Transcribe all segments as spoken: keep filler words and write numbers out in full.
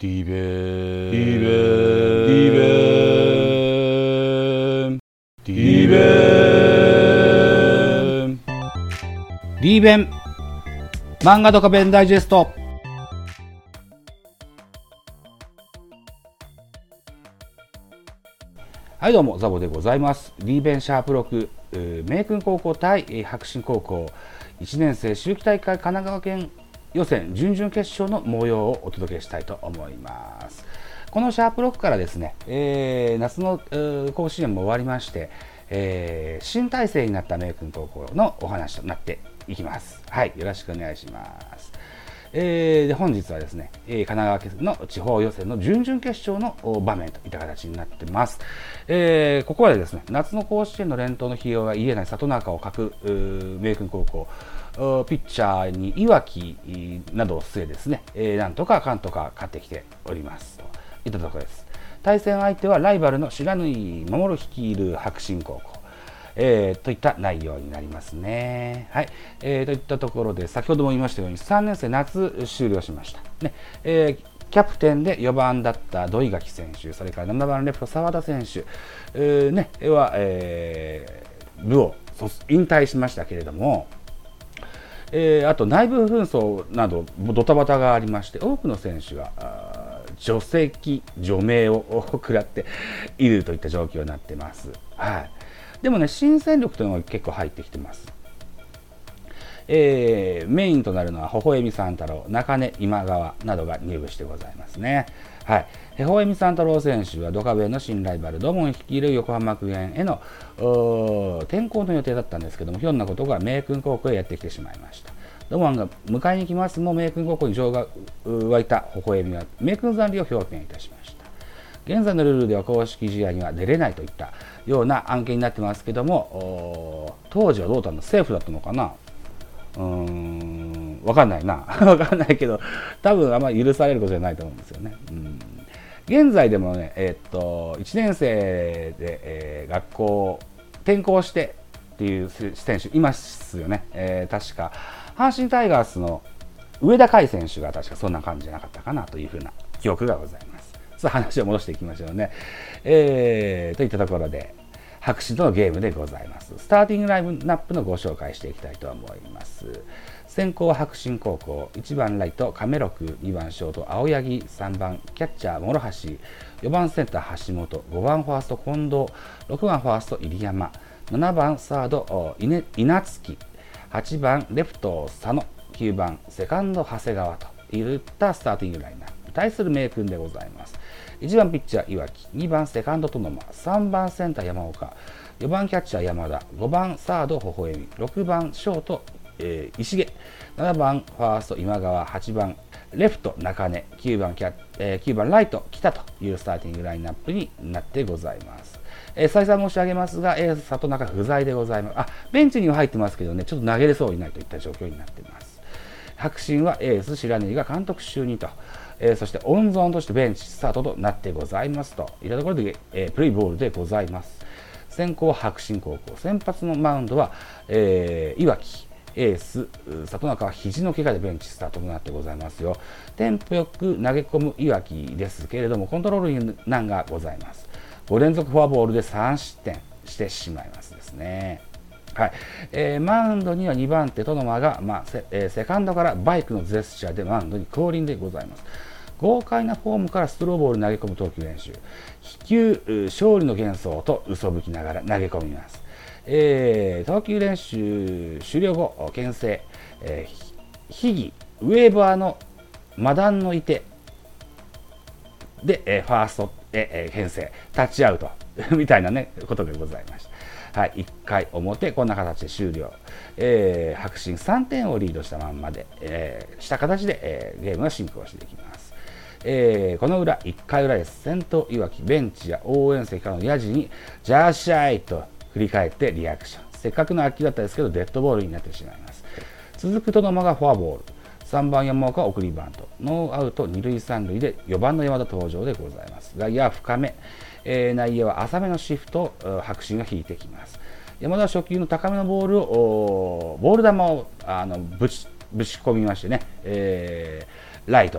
D 弁 D 弁 D 弁 D 弁 D 弁漫画ドカ弁ダイジェスト。はいどうもザボでございます。 D 弁シャープろく明訓高校対白新高校いちねん生秋季大会神奈川県予選準々決勝の模様をお届けしたいと思います。このシャープろくからですね、えー、夏の甲子園も終わりまして、えー、新体制になった明訓高校のお話となっていきます。はい、よろしくお願いします。えー、で本日はですね、神奈川県の地方予選の準々決勝の場面といった形になってます。えー、ここはですね、夏の甲子園の連投の費用が癒えない里中を欠く明訓高校、ピッチャーに岩木などを据えですね、えー、なんとかかんとか勝ってきておりますといったところです。対戦相手はライバルの白縫守率いる白新高校、えー、といった内容になりますね。はい、えー、といったところで先ほども言いましたようにさんねん生夏終了しました、ねえー、キャプテンでよばんだった土井垣選手、それからななばんレフト澤田選手、えーね、は、えー、部を引退しましたけれども、えー、あと内部紛争などドタバタがありまして、多くの選手が除籍除名を食らっているといった状況になっています。はい、でもね、新戦力というのが結構入ってきてます。えー、メインとなるのは微笑み三太郎、中根今川などが入部してございますね。はい、微笑み三太郎選手はドカベンの新ライバル土門率いる横浜学園への転校の予定だったんですけども、ひょんなことが明訓高校へやってきてしまいました。土門が迎えに行きますも明訓高校に情が湧いた微笑みは明訓残留を表明いたしました。現在のルールでは公式試合には出れないといったような案件になってますけども、当時はどうだったの、セーフだったのかな、うーん分かんないな分かんないけど、多分あんまり許されることじゃないと思うんですよね。うん、現在でもね、えー、っといちねん生で、えー、学校転校してっていう選手いますよね。えー、確か阪神タイガースの上田海選手が確かそんな感じじゃなかったかなというふうな記憶がございます。さあ話を戻していきましょうね。えー、といったところで白紙とのゲームでございます。スターティングラインナップのご紹介していきたいと思います。先攻は白新高校、いちばんライト亀六、にばんショート青柳、さんばんキャッチャー諸橋、よばんセンター橋本、ごばんファースト近藤、ろくばんファースト入山、ななばんサード稲月、はちばんレフト佐野、きゅうばんセカンド長谷川といったスターティングラインナップ。対する明訓でございます。いちばんピッチャー岩木、にばんセカンド外間、さんばんセンター山岡、よばんキャッチャー山田、ごばんサード微笑み、ろくばんショート、えー、石毛、ななばんファースト今川、はちばんレフト中根、きゅうばんキャ、えー、きゅうばんライト北というスターティングラインナップになってございます。えー、再三申し上げますが、エース里中不在でございます。あ、ベンチには入ってますけどね、ちょっと投げれそうにないといった状況になっています。白新はエース白根が監督就任と、えー、そして温存としてベンチスタートとなってございますといったところで、えー、プレイボールでございます。先攻白新高校、先発のマウンドは、えー、岩木、エース里中は肘の怪我でベンチスタートとなってございますよ。テンポよく投げ込む岩木ですけれども、コントロールに難がございます。ご連続フォアボールでさん失点してしまいますですね。はい、えー、マウンドにはにばん手外間が、まあ セ, えー、セカンドからバイクのジェスチャーでマウンドに降臨でございます。豪快なフォームからストローボール投げ込む投球練習、飛球勝利の幻想と嘘吹きながら投げ込みます。えー、投球練習終了後牽制、えー、秘技ウェーバーのマダンのいてで、えー、ファースト、えー、牽制タッチアウトみたいなねことがございました。はい、いっかい表こんな形で終了。えー、白新さんてんをリードしたまんまで、えー、した形で、えー、ゲームが進行していきます。えー、この裏いっかい裏です。先頭岩木、ベンチや応援席からのヤジにジャーシャイと振り返ってリアクション。せっかくの空きだったですけどデッドボールになってしまいます。続く外間がフォアボール、さんばん山岡は送りバント、ノーアウトに塁さん塁でよばんの山田登場でございます。外野は深め、えー、内野は浅めのシフトを白新が引いてきます。山田は初球の高めのボールをボール球をあのぶちぶち込みましてね、えー、ライトへ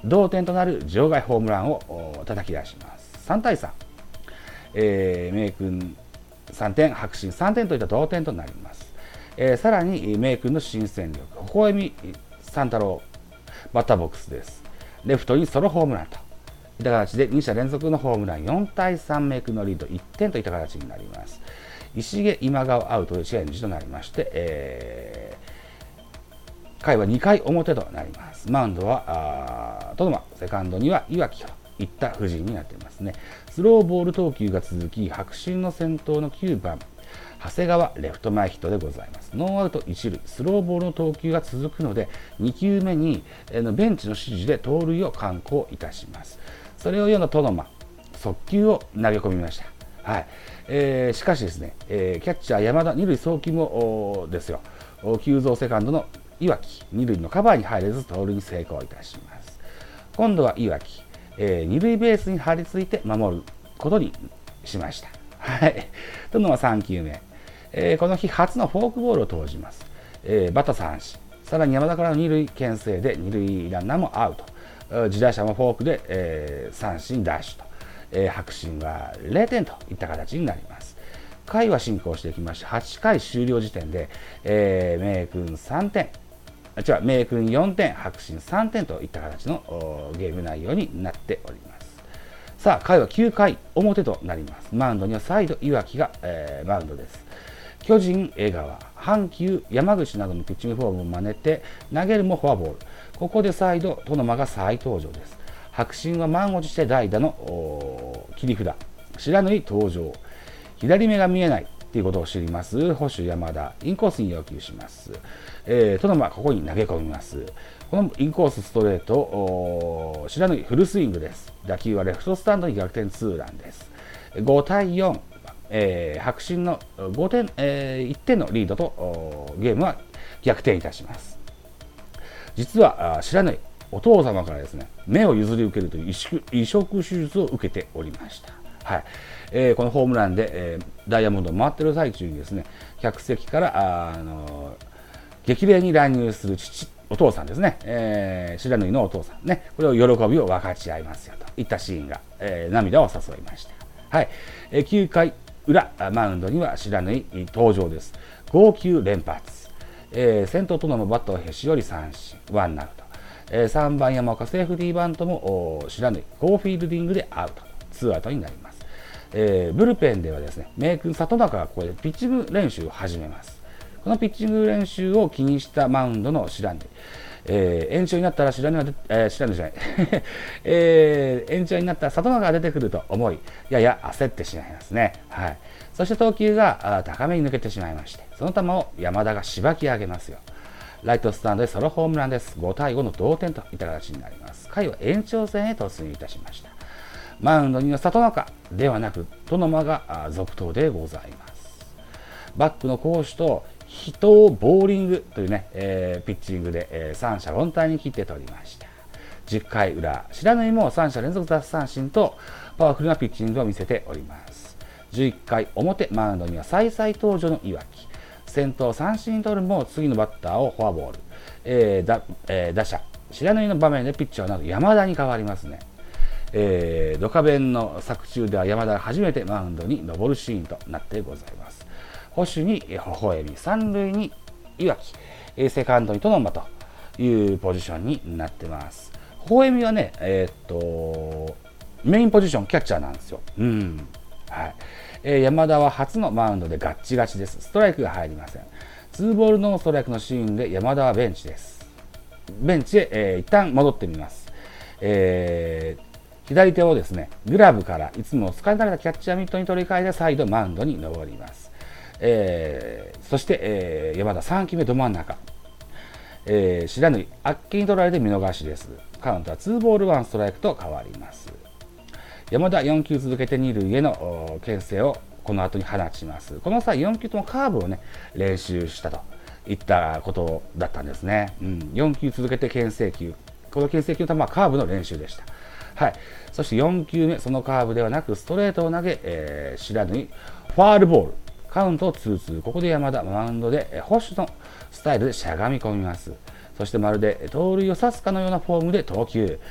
同点となる場外ホームランを叩き出します。さんたいさん、えー、名君さんてん、白真さんてんといった同点となります。えー、さらに名君の新戦力、微笑み三太郎バッターボックスです。レフトにソロホームランといった形でに者連続のホームラン、よんたいさん、名君のリードいってんといった形になります。石毛、今川アウトでチェンジとなりまして、えー、回はにかい表となります。マウンドはトドマ、セカンドには岩城といった布陣になっていますね。スローボール投球が続き、白真の先頭のきゅうばん長谷川、レフト前ヒットでございます。ノーアウトいち塁、スローボールの投球が続くので、にきゅうめにベンチの指示で盗塁を敢行いたします。それを読んだトドマ、速球を投げ込みました。はい、えー、しかしですね、えー、キャッチャー山田二塁送球もですよ、急増セカンドの岩城、二塁のカバーに入れず盗塁に成功いたします。今度は岩城、えー、二塁ベースに張り付いて守ることにしました。はい、というのはさんきゅうめ、えー、この日初のフォークボールを投じます。えー、バッタ三振、さらに山田からの二塁牽制で二塁ランナーもアウト、自打者もフォークで、えー、三振ダッシュと、えー、白真はれいてんといった形になります。回は進行してきまして、はちかい終了時点で、えー、名君さんてん、あ違う名君よんてん、白真さんてんといった形のゲーム内容になっております。さあ、回はきゅうかい表となります。マウンドには再度岩城が、えー、マウンドです。巨人、江川、阪急、山口などのピッチングフォームを真似て投げるもフォアボール。ここで再度トノマが再登場です。白真は満を持して代打の切り札、白縫登場。左目が見えないということを知ります捕手山田、インコースに要求します。えー、トノマここに投げ込みます。このインコースストレート、白縫フルスイングです。打球はレフトスタンドに逆転ツーランです。ごたいよん、えー、白真のごてん、えー、いってんのリードとゲームは逆転いたします。実は白縫、お父様からですね、目を譲り受けるという移植手術を受けておりました。はい、えー、このホームランで、えー、ダイヤモンドを回っている最中にですね、客席からあ、あの激励に乱入する父、お父さんですね、えー、白縫のお父さんね、これを喜びを分かち合いますよといったシーンが、えー、涙を誘いました。はい、えー、きゅうかい裏、マウンドには白縫登場です。号泣連発、えー、先頭とのバットをへし折り三振、ワンアウト、えー、さんばん山岡セーフティーバントも白縫好フィールディングでアウト、ツーアウトになります。えー、ブルペンではですね、名君里中がここでピッチング練習を始めます。このピッチング練習を気にしたマウンドの白縫、えー、延長になったら白縫は、えー、白縫じゃない、えー、延長になったら里中が出てくると思い、やや焦ってしまいますね。はい、そして投球が高めに抜けてしまいまして、その球を山田がしばき上げますよ。ライトスタンドでソロホームランです。ごたいごの同点といった形になります。回は延長戦へ突入いたしました。マウンドには里中ではなくトノマが続投でございます。バックの攻守と人をボーリングというね、えー、ピッチングで、えー、三者凡退に切って取りました。じゅっかい裏、白縫もさん者連続奪三振とパワフルなピッチングを見せております。じゅういっかい表、マウンドには再々登場の岩城、先頭三振取るも次のバッターをフォアボール、えーだえー、打者白縫の場面でピッチャーなど山田に変わりますね。えー、ドカベンの作中では山田が初めてマウンドに登るシーンとなってございます。捕手に微笑み、三塁に岩城、セカンドにトノマというポジションになってます。微笑みはね、えー、っとメインポジションキャッチャーなんですよ。うん、はい、えー、山田は初のマウンドでガッチガチです。ストライクが入りません。ツーボールノーストライクのシーンで山田はベンチです。ベンチへ、えー、一旦戻ってみます。えー左手をですね、グラブからいつも使い慣れたキャッチャーミットに取り替えて再度マウンドに登ります。えー、そして、えー、山田さんきめど真ん中、えー、白縫あっけに取られて見逃しです。カウントはツーボールワンストライクと変わります。山田よんきゅう続けてに塁への牽制をこの後に放ちます。この際よんきゅうともカーブをね練習したといったことだったんですね。うん、よんきゅう続けて牽制球、この牽制球の球はカーブの練習でした。はい、そしてよんきゅうめ、そのカーブではなくストレートを投げ、えー、白縫ファールボール、カウントをツーツー、ここで山田マウンドで、えー、保守のスタイルでしゃがみ込みます。そしてまるで盗塁を刺すかのようなフォームで投球、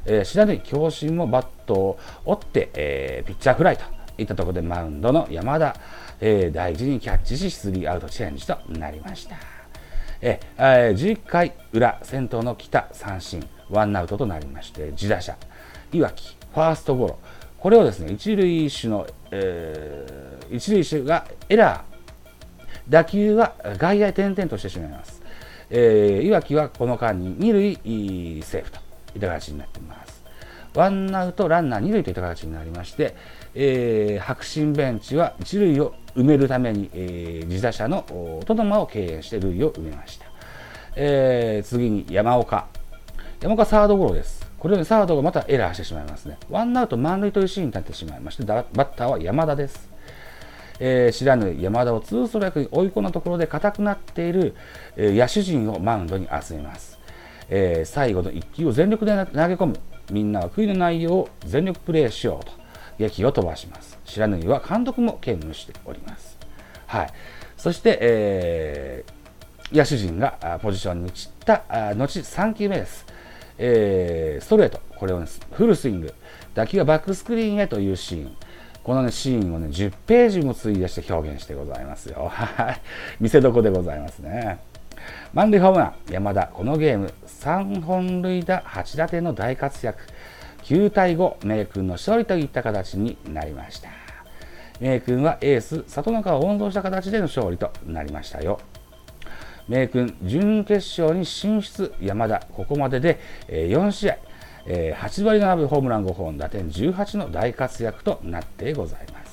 えー、知らぬ強振もバットを折って、えー、ピッチャーフライといったところでマウンドの山田、えー、大事にキャッチしスリーアウトチェンジとなりました。えー、じゅっかい裏先頭の北三振ワンアウトとなりまして、自打者岩城ファーストゴロ、これをですね一塁手の、えー、一塁手がエラー、打球は外野へ転々としてしまいます。えー、岩城はこの間に二塁セーフといった形になっています。ワンアウトランナー二塁といった形になりまして、えー、白真ベンチは一塁を埋めるために、えー、自打者の外間を敬遠して塁を埋めました。えー、次に山岡山岡サードゴロです。これでサードがまたエラーしてしまいますね。ワンアウト満塁というシーンになってしまいまして、バッターは山田です。えー、知らぬ山田をツーストライクに追い込んだところで硬くなっている、えー、野手陣をマウンドに集めます。えー、最後のいっきゅうを全力で投げ込む。みんなは悔いの内容を全力プレーしようと檄を飛ばします。知らぬは監督も兼務しております。はい、そして、えー、野手陣がポジションに散った後さんきゅうめです。えー、ストレート、これを、ね、フルスイング、打球がバックスクリーンへというシーン、この、ね、シーンを、ね、じゅっページも費やして表現してございますよ。見せどこでございますね。満塁ホームラン、山田、このゲームさんほん塁打はち打点の大活躍、きゅうたいご、明君の勝利といった形になりました。明君はエース、里中を温存した形での勝利となりましたよ。明君、準決勝に進出、山田、ここまででよんしあい、はちわりななぶホームランごほん、打点じゅうはちの大活躍となってございます。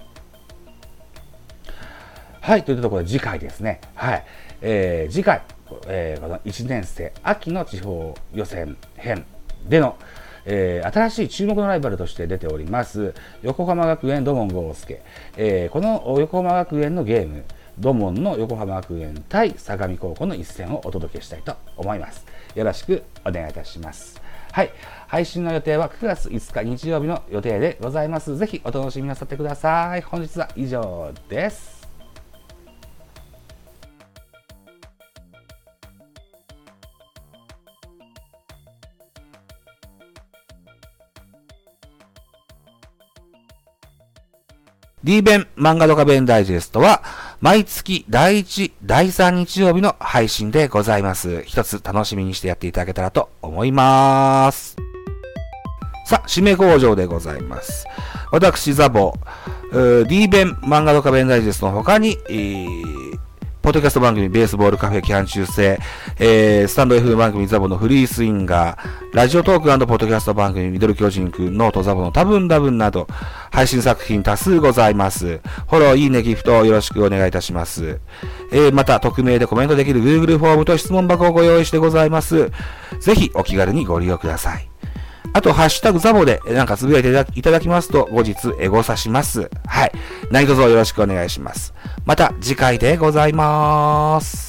はい、といったところで次回ですね。はい、えー、次回、えー、このいちねん生秋の地方予選編での、えー、新しい注目のライバルとして出ております横浜学園土門豪介、えー、この横浜学園のゲーム土門の横浜学園対相模高校の一戦をお届けしたいと思います。よろしくお願いいたします。はい、配信の予定はくがついつか日曜日の予定でございます。ぜひお楽しみなさってください。本日は以上です。D 弁漫画ドカ弁ダイジェストは毎月だいいち、だいさん日曜日の配信でございます。一つ楽しみにしてやっていただけたらと思います。さあ、締め工場でございます。私、ザボ、D 弁漫画ドカ弁ダイジェストの他に、えーポッドキャスト番組ベースボールカフェ期間中制、えー、スタンド エフエム 番組ザボのフリースインガー、ラジオトーク&ポッドキャスト番組ミドル巨人くん、ノートザボの多分多分など、配信作品多数ございます。フォロー、いいね、ギフトよろしくお願いいたします。えー、また、匿名でコメントできる Google フォームと質問箱をご用意してございます。ぜひお気軽にご利用ください。あと、ハッシュタグザボでなんかつぶやいていただきますと、後日エゴさします。はい。何卒よろしくお願いします。また次回でございます。